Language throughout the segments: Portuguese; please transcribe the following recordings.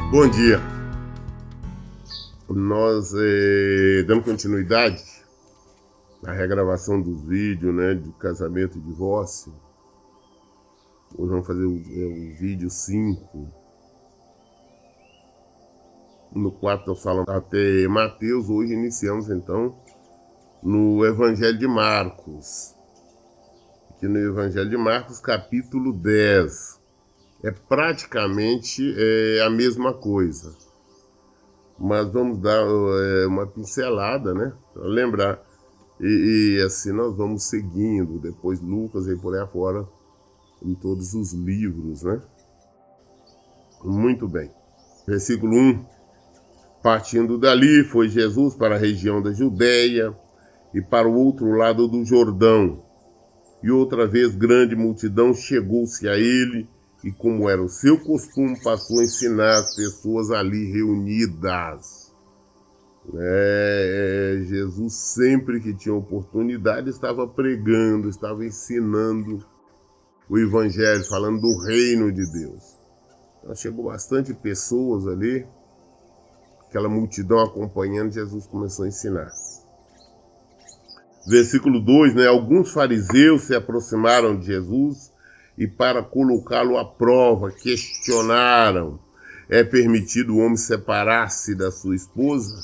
Bom dia. Nós dando continuidade na regravação dos vídeos, né, de casamento e divórcio. Hoje vamos fazer o vídeo 5, no qual nós falamos até Mateus. Hoje iniciamos então no Evangelho de Marcos. Aqui no Evangelho de Marcos, capítulo 10. É praticamente a mesma coisa. Mas vamos dar uma pincelada, né? Para lembrar. E assim nós vamos seguindo. Depois Lucas e por aí afora, em todos os livros, né? Muito bem. Versículo 1. Partindo dali, foi Jesus para a região da Judéia e para o outro lado do Jordão. E outra vez grande multidão chegou-se a ele, e como era o seu costume, passou a ensinar as pessoas ali reunidas. Jesus sempre que tinha oportunidade estava pregando, estava ensinando o Evangelho, falando do reino de Deus. Então, chegou bastante pessoas ali, aquela multidão acompanhando. Jesus começou a ensinar. Versículo 2, né? Alguns fariseus se aproximaram de Jesus e para colocá-lo à prova, questionaram: é permitido o homem separar-se da sua esposa?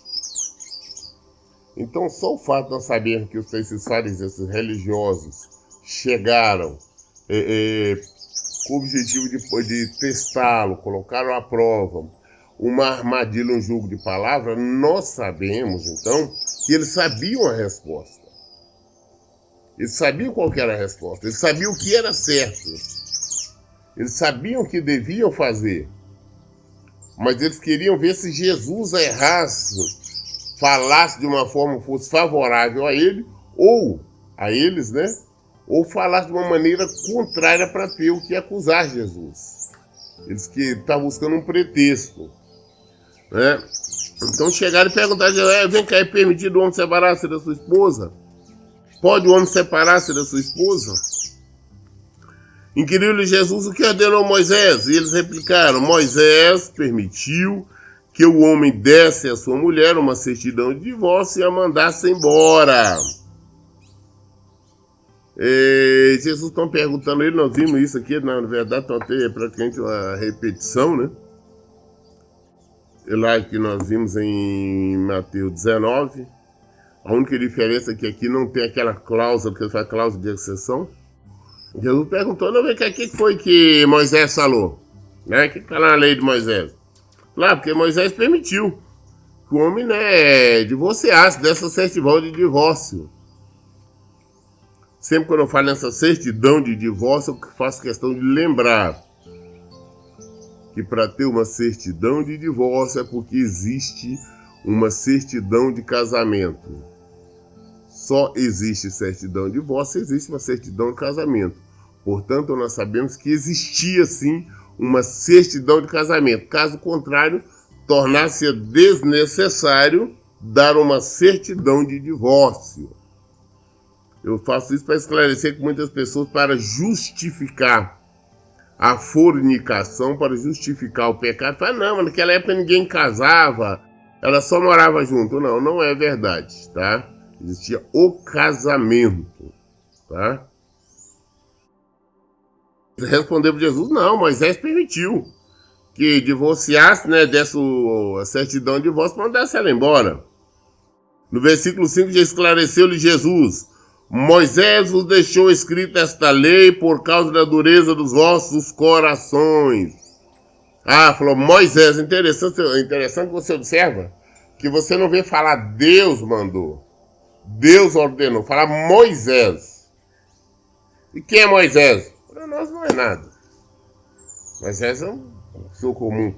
Então, só o fato de nós sabermos que esses fariseus, esses religiosos, chegaram com o objetivo de testá-lo, colocaram à prova, uma armadilha, um jogo de palavras, nós sabemos, então, que eles sabiam a resposta. Eles sabiam qual que era a resposta, eles sabiam o que era certo, eles sabiam o que deviam fazer, mas eles queriam ver se Jesus errasse, falasse de uma forma que fosse favorável a ele, ou a eles, né? Ou falasse de uma maneira contrária para ter o que acusar Jesus. Eles que estavam buscando um pretexto, né? Então chegaram e perguntaram: vem cá, é permitido o homem separar-se da sua esposa? Pode o homem separar-se da sua esposa? Inquiriu-lhe Jesus o que ordenou Moisés. E eles replicaram: Moisés permitiu que o homem desse à sua mulher uma certidão de divórcio e a mandasse embora. Jesus está perguntando a ele, nós vimos isso aqui, na verdade, está até praticamente uma repetição, né? Lá que nós vimos em Mateus 19. A única diferença é que aqui não tem aquela cláusula, que faz cláusula de exceção. Jesus perguntou: não, vem cá, o que foi que Moisés falou? Né? O que está na lei de Moisés? Claro, porque Moisés permitiu que o homem, né, divorciasse dessa certidão de divórcio. Sempre quando eu falo nessa certidão de divórcio, eu faço questão de lembrar que para ter uma certidão de divórcio é porque existe uma certidão de casamento. Só existe certidão de divórcio, existe uma certidão de casamento. Portanto, nós sabemos que existia sim uma certidão de casamento. Caso contrário, tornasse desnecessário dar uma certidão de divórcio. Eu faço isso para esclarecer que muitas pessoas, para justificar a fornicação, para justificar o pecado, falam: não, mas naquela época ninguém casava, ela só morava junto. Não, não é verdade, tá? Existia o casamento, tá? Respondeu para Jesus: não, Moisés permitiu que divorciasse, né, desse a certidão de divórcio, mandasse ela embora. No versículo 5 já esclareceu-lhe Jesus: Moisés vos deixou escrita esta lei por causa da dureza dos vossos corações. Falou Moisés. Interessante que você observa que você não vê falar Deus mandou, Deus ordenou, fala Moisés. E quem é Moisés? Para nós não é nada. Moisés é um pessoa comum.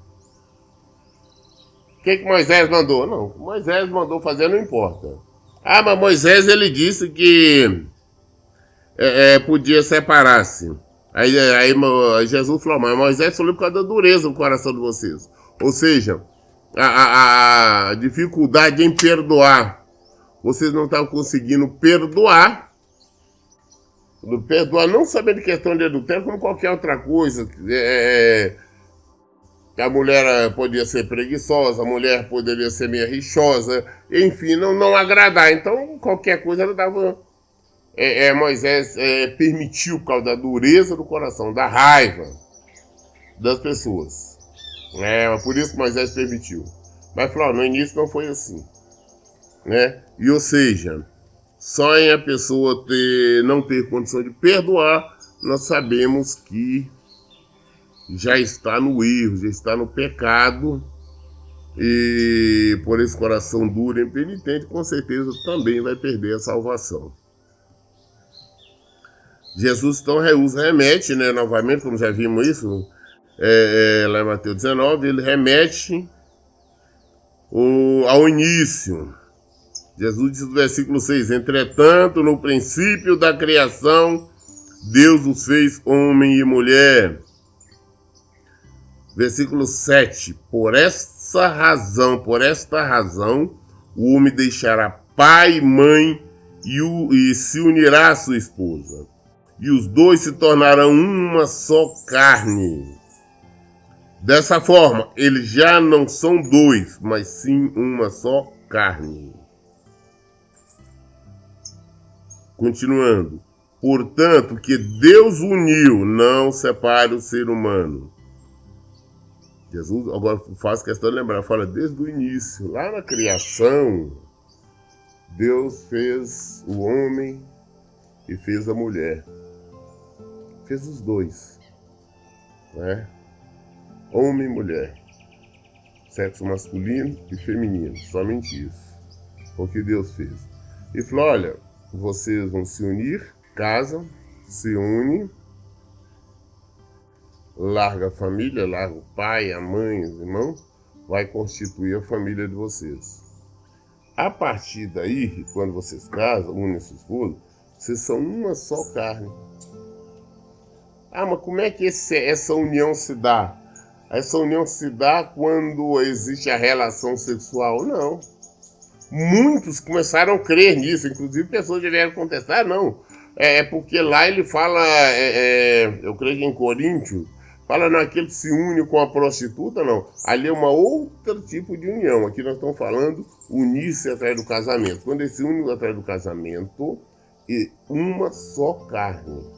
O que Moisés mandou? Não, o que Moisés mandou fazer não importa. Mas Moisés, ele disse que podia separar-se. Aí Jesus falou: mas Moisés falou por causa da dureza do coração de vocês. Ou seja, a dificuldade em perdoar. Vocês não estavam conseguindo perdoar. Perdoar não somente questão de adultério, como qualquer outra coisa. que a mulher podia ser preguiçosa, a mulher poderia ser meio rixosa, enfim, não agradar. Então, qualquer coisa ela dava. Moisés permitiu, por causa da dureza do coração, da raiva das pessoas. Por isso que Moisés permitiu. Mas falou, no início não foi assim. Né? E ou seja, só em a pessoa não ter condição de perdoar, nós sabemos que já está no erro, já está no pecado, e por esse coração duro e impenitente, com certeza também vai perder a salvação. Jesus então remete, né, novamente, como já vimos isso, lá em Mateus 19, ele remete ao início. Jesus diz no versículo 6, entretanto, no princípio da criação, Deus os fez homem e mulher. Versículo 7, por esta razão, o homem deixará pai e mãe e se unirá à sua esposa. E os dois se tornarão uma só carne. Dessa forma, eles já não são dois, mas sim uma só carne. Continuando. Portanto, que Deus uniu, não separe o ser humano. Jesus agora faz questão de lembrar, fala desde o início, lá na criação, Deus fez o homem e fez a mulher. Fez os dois, né? Homem e mulher, sexo masculino e feminino, somente isso, foi o que Deus fez. E falou, olha, vocês vão se unir, casam, se unem, larga a família, larga o pai, a mãe, os irmãos, vai constituir a família de vocês. A partir daí, quando vocês casam, unem sua esposa, vocês são uma só carne. Ah, mas como é que essa união se dá? Essa união se dá quando existe a relação sexual? Não. Muitos começaram a crer nisso, inclusive pessoas já vieram contestar, não. Porque lá ele fala, eu creio que em Coríntios, fala não, aquele que se une com a prostituta, não. Ali é uma outra tipo de união. Aqui nós estamos falando unir-se atrás do casamento. Quando eles se unem atrás do casamento, é uma só carne.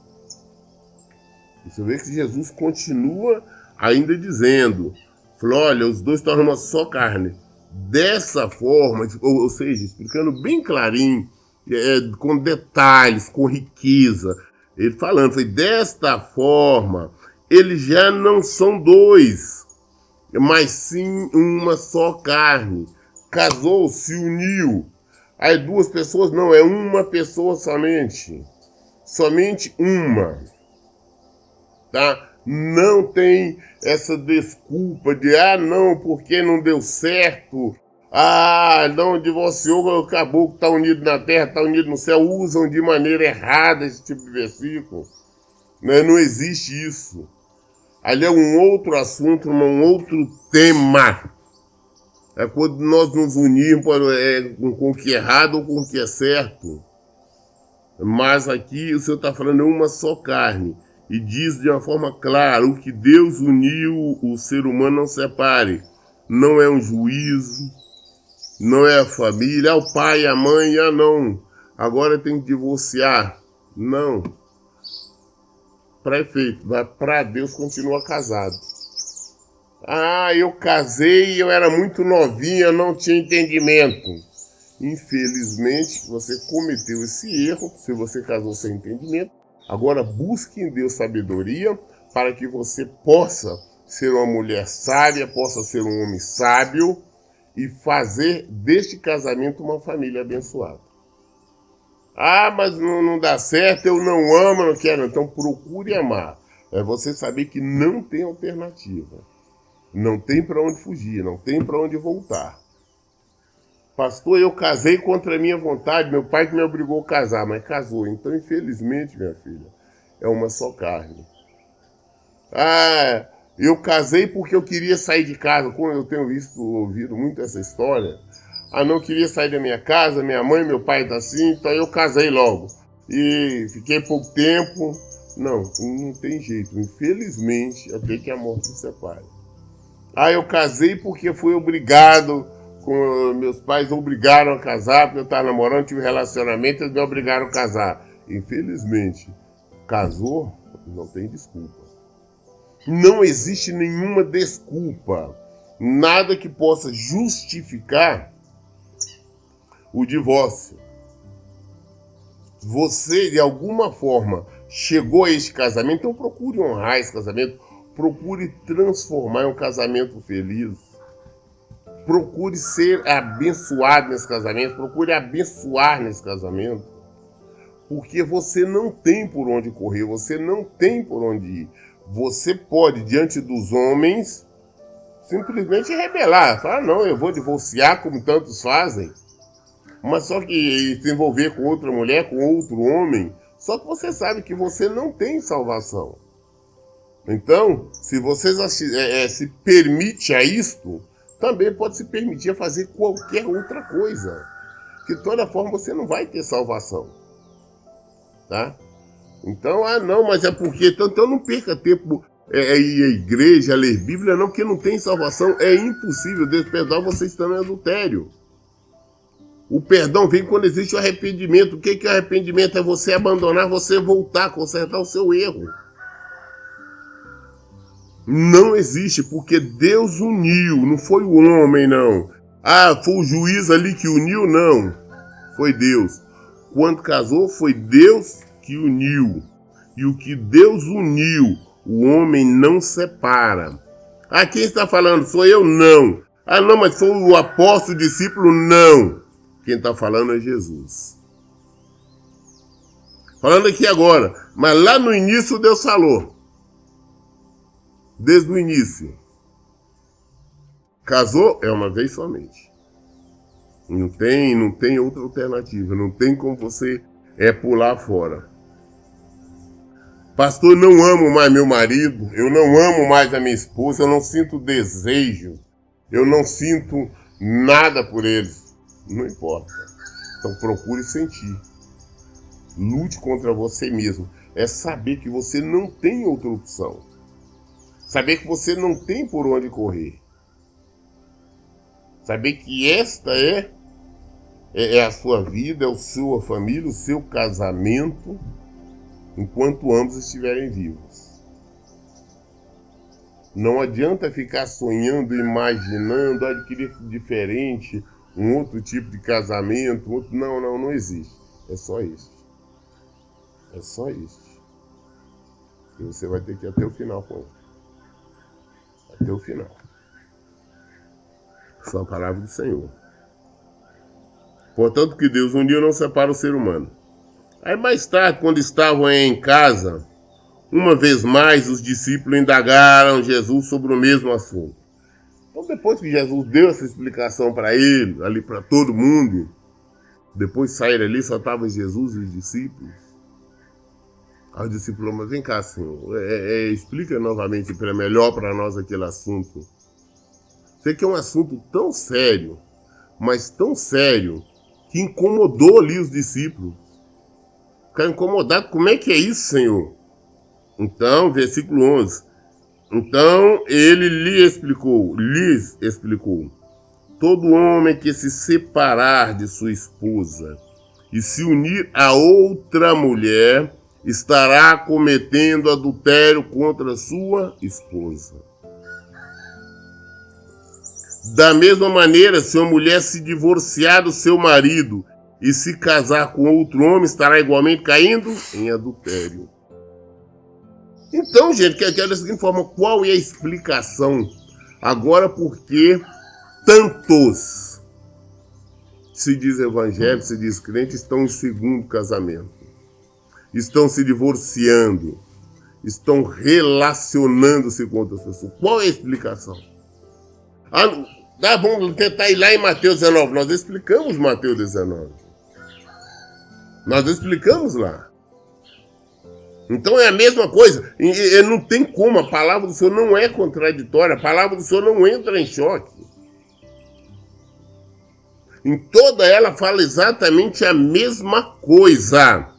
Você vê que Jesus continua ainda dizendo, falou, olha, os dois tornam uma só carne. Dessa forma, ou seja, explicando bem clarinho, com detalhes, com riqueza, ele falando, foi desta forma, eles já não são dois, mas sim uma só carne. Casou, se uniu. Aí duas pessoas, não, é uma pessoa somente. Somente uma. Tá? Não tem essa desculpa de, não, porque não deu certo, não, divorciou, acabou que está unido na terra, está unido no céu, usam de maneira errada esse tipo de versículo. Não existe isso. Ali é um outro assunto, um outro tema. É quando nós nos unirmos com o que é errado ou com o que é certo. Mas aqui o Senhor está falando uma só carne. E diz de uma forma clara, o que Deus uniu, o ser humano não separe. Não é um juízo, não é a família, o pai, a mãe, não. Agora tem que divorciar. Não. Para efeito, para Deus continua casado. Eu casei, eu era muito novinha, não tinha entendimento. Infelizmente, você cometeu esse erro, se você casou sem entendimento. Agora busque em Deus sabedoria para que você possa ser uma mulher sábia, possa ser um homem sábio e fazer deste casamento uma família abençoada. Mas não dá certo, eu não amo, não quero. Então procure amar. É você saber que não tem alternativa. Não tem para onde fugir, não tem para onde voltar. Pastor, eu casei contra a minha vontade, meu pai que me obrigou a casar, mas casou. Então, infelizmente, minha filha, é uma só carne. Eu casei porque eu queria sair de casa. Como eu tenho ouvido muito essa história. Não queria sair da minha casa, minha mãe, meu pai tá assim, então eu casei logo. E fiquei pouco tempo. Não tem jeito. Infelizmente, até que a morte nos separe. Ah, eu casei porque fui obrigado, meus pais obrigaram a casar, porque eu estava namorando, tive relacionamento, eles me obrigaram a casar. Infelizmente, casou, não tem desculpa. Não existe nenhuma desculpa, nada que possa justificar o divórcio. Você, de alguma forma, chegou a este casamento, então procure honrar esse casamento, procure transformar em um casamento feliz. Procure ser abençoado nesse casamento, procure abençoar nesse casamento. Porque você não tem por onde correr, você não tem por onde ir. Você pode, diante dos homens, simplesmente rebelar. Falar, não, eu vou divorciar como tantos fazem. Mas só que se envolver com outra mulher, com outro homem, só que você sabe que você não tem salvação. Então, se você se permite a isto, também pode se permitir a fazer qualquer outra coisa. Que de toda forma você não vai ter salvação. Tá? Então, não, mas é porque... Então não perca tempo ir à igreja, a ler Bíblia, não, porque não tem salvação. É impossível Deus perdoar você estando em adultério. O perdão vem quando existe o arrependimento. O que é arrependimento? É você abandonar, você voltar, consertar o seu erro. Não existe, porque Deus uniu, não foi o homem, não. Ah, foi o juiz ali que uniu? Não, foi Deus. Quando casou, foi Deus que uniu. E o que Deus uniu, o homem não separa. Ah, quem está falando? Sou eu? Não. Ah, não, mas foi o apóstolo, o discípulo? Não. Quem está falando é Jesus. Falando aqui agora, mas lá no início Deus falou. Desde o início. Casou é uma vez somente. Não tem outra alternativa. Não tem como você pular fora. Pastor, não amo mais meu marido. Eu não amo mais a minha esposa. Eu não sinto desejo. Eu não sinto nada por eles. Não importa. Então procure sentir. Lute contra você mesmo. É saber que você não tem outra opção. Saber que você não tem por onde correr. Saber que esta é a sua vida, é a sua família, o seu casamento, enquanto ambos estiverem vivos. Não adianta ficar sonhando, imaginando, adquirir diferente, um outro tipo de casamento. Não existe. É só este. É só este. E você vai ter que ir até o final com ele. Até o final. Essa é a palavra do Senhor. Portanto, que Deus uniu não separa o ser humano. Aí mais tarde, quando estavam em casa, uma vez mais os discípulos indagaram Jesus sobre o mesmo assunto. Então depois que Jesus deu essa explicação para ele, ali para todo mundo, depois de sair ali, só estavam Jesus e os discípulos. Aí o discípulo, mas vem cá, Senhor, explica novamente melhor para nós aquele assunto. Sei que é um assunto tão sério, mas tão sério, que incomodou ali os discípulos. Ficaram incomodados, como é que é isso, Senhor? Então, versículo 11. Então ele lhes explicou, todo homem que se separar de sua esposa e se unir a outra mulher, estará cometendo adultério contra sua esposa. Da mesma maneira, se uma mulher se divorciar do seu marido e se casar com outro homem, estará igualmente caindo em adultério. Então, gente, quero da seguinte forma, qual é a explicação? Agora, porque tantos se diz evangélicos, se diz crentes, estão em segundo casamento, estão se divorciando, estão relacionando-se com outras pessoas. Qual é a explicação? Vamos tentar ir lá em Mateus 19. Nós explicamos Mateus 19. Nós explicamos lá. Então é a mesma coisa. E não tem como. A palavra do Senhor não é contraditória. A palavra do Senhor não entra em choque. Em toda ela fala exatamente a mesma coisa.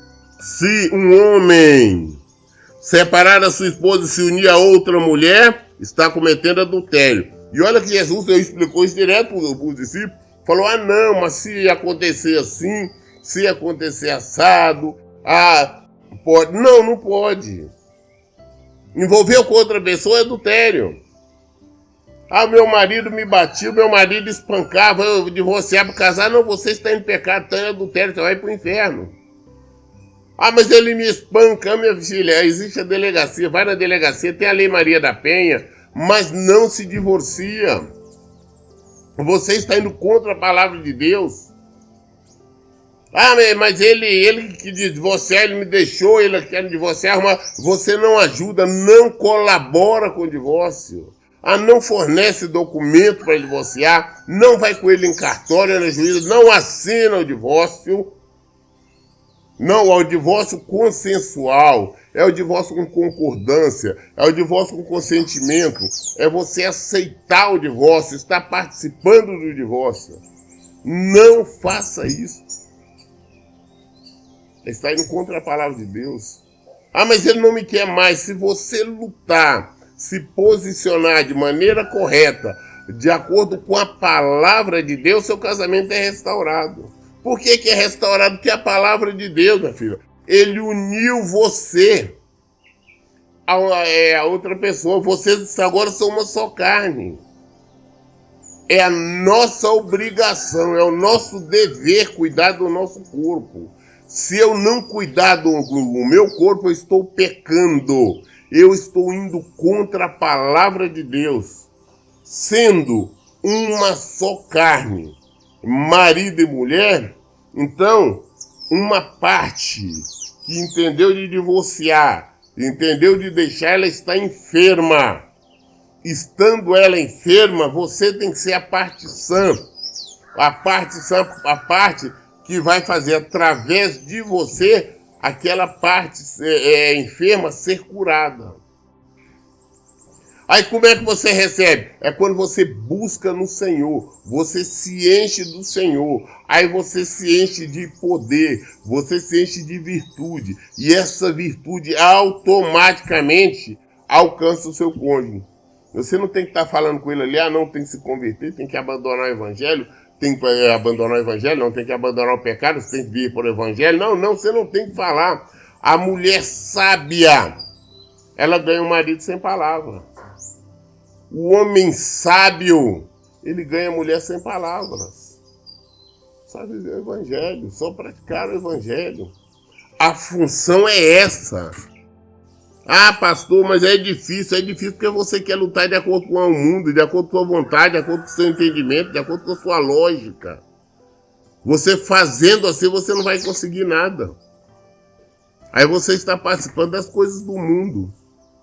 Se um homem separar da sua esposa e se unir a outra mulher, está cometendo adultério. E olha que Jesus explicou isso direto para os discípulos. Falou, não, mas se acontecer assim, se acontecer assado, pode. Não, não pode. Envolveu com outra pessoa é adultério. Meu marido me batia, meu marido espancava, eu divorciava para casar. Não, você está em pecado, está em adultério, você vai para o inferno. Mas ele me espanca, minha filha. Existe a delegacia, vai na delegacia, tem a Lei Maria da Penha, mas não se divorcia. Você está indo contra a palavra de Deus. Mas ele que divorciar, ele me deixou, ele quer me divorciar, mas você não ajuda, não colabora com o divórcio. Não fornece documento para divorciar, não vai com ele em cartório, na juíza, não assina o divórcio. Não, é o divórcio consensual, é o divórcio com concordância, é o divórcio com consentimento, é você aceitar o divórcio, estar participando do divórcio. Não faça isso. Está indo contra a palavra de Deus. Mas ele não me quer mais. Se você lutar, se posicionar de maneira correta, de acordo com a palavra de Deus, seu casamento é restaurado. Por que é restaurado? Porque é a palavra de Deus, minha filha. Ele uniu você a outra pessoa. Vocês agora são uma só carne. É a nossa obrigação, é o nosso dever cuidar do nosso corpo. Se eu não cuidar do meu corpo, eu estou pecando. Eu estou indo contra a palavra de Deus. Sendo uma só carne, marido e mulher, então, uma parte que entendeu de divorciar, entendeu de deixar, ela está enferma. Estando ela enferma, você tem que ser a parte sã. A parte que vai fazer através de você aquela parte enferma ser curada. Aí como é que você recebe? É quando você busca no Senhor, você se enche do Senhor, aí você se enche de poder, você se enche de virtude, e essa virtude automaticamente alcança o seu cônjuge. Você não tem que estar falando com ele ali, não tem que se converter, tem que abandonar o evangelho, tem que abandonar o evangelho, não tem que abandonar o pecado, você tem que vir por evangelho. Não, você não tem que falar. A mulher sábia, ela ganha um marido sem palavra. O homem sábio, ele ganha mulher sem palavras. Sabe o evangelho, só praticar o evangelho. A função é essa. Pastor, mas é difícil porque você quer lutar de acordo com o mundo, de acordo com a sua vontade, de acordo com o seu entendimento, de acordo com a sua lógica. Você fazendo assim, você não vai conseguir nada. Aí você está participando das coisas do mundo.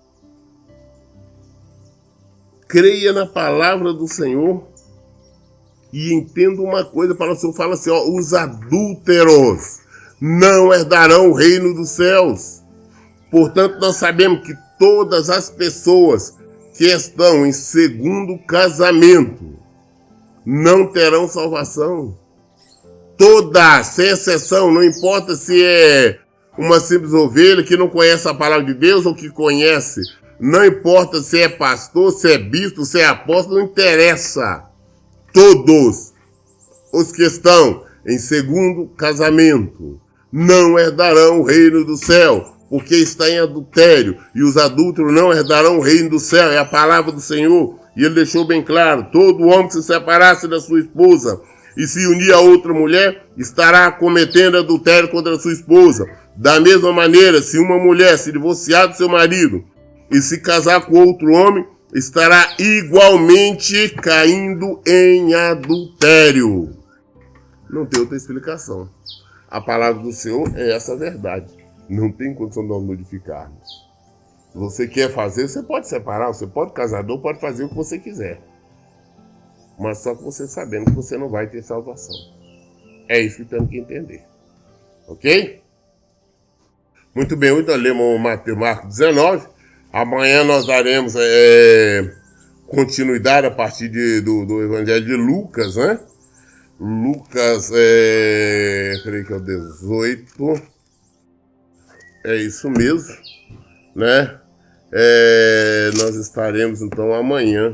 Creia na palavra do Senhor e entenda uma coisa, para o Senhor fala assim, os adúlteros não herdarão o reino dos céus. Portanto, nós sabemos que todas as pessoas que estão em segundo casamento não terão salvação. Todas, sem exceção, não importa se é uma simples ovelha que não conhece a palavra de Deus ou que conhece. Não importa se é pastor, se é bispo, se é apóstolo, não interessa. Todos os que estão em segundo casamento não herdarão o reino do céu, porque está em adultério, e os adúlteros não herdarão o reino do céu. É a palavra do Senhor, e ele deixou bem claro, todo homem que se separasse da sua esposa e se unir a outra mulher, estará cometendo adultério contra a sua esposa. Da mesma maneira, se uma mulher se divorciar do seu marido e se casar com outro homem, estará igualmente caindo em adultério. Não tem outra explicação. A palavra do Senhor é essa verdade. Não tem condição de nós modificarmos. Se você quer fazer, você pode separar, você pode casador, pode fazer o que você quiser. Mas só que você sabendo que você não vai ter salvação. É isso que temos que entender. Ok? Muito bem, hoje nós lemos Marcos 19. Amanhã nós daremos continuidade a partir do Evangelho de Lucas, né? Lucas, creio que é o 18. É isso mesmo, né? Nós estaremos então amanhã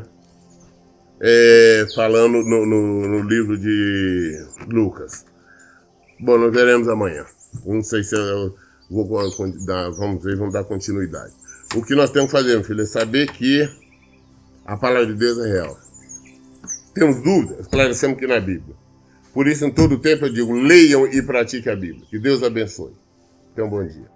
falando no livro de Lucas. Bom, nós veremos amanhã. Não sei se eu vamos dar continuidade. O que nós temos que fazer, meu filho, é saber que a palavra de Deus é real. Temos dúvidas? Esclarecemos que na Bíblia. Por isso, em todo tempo, eu digo, leiam e pratiquem a Bíblia. Que Deus abençoe. Tenham um bom dia.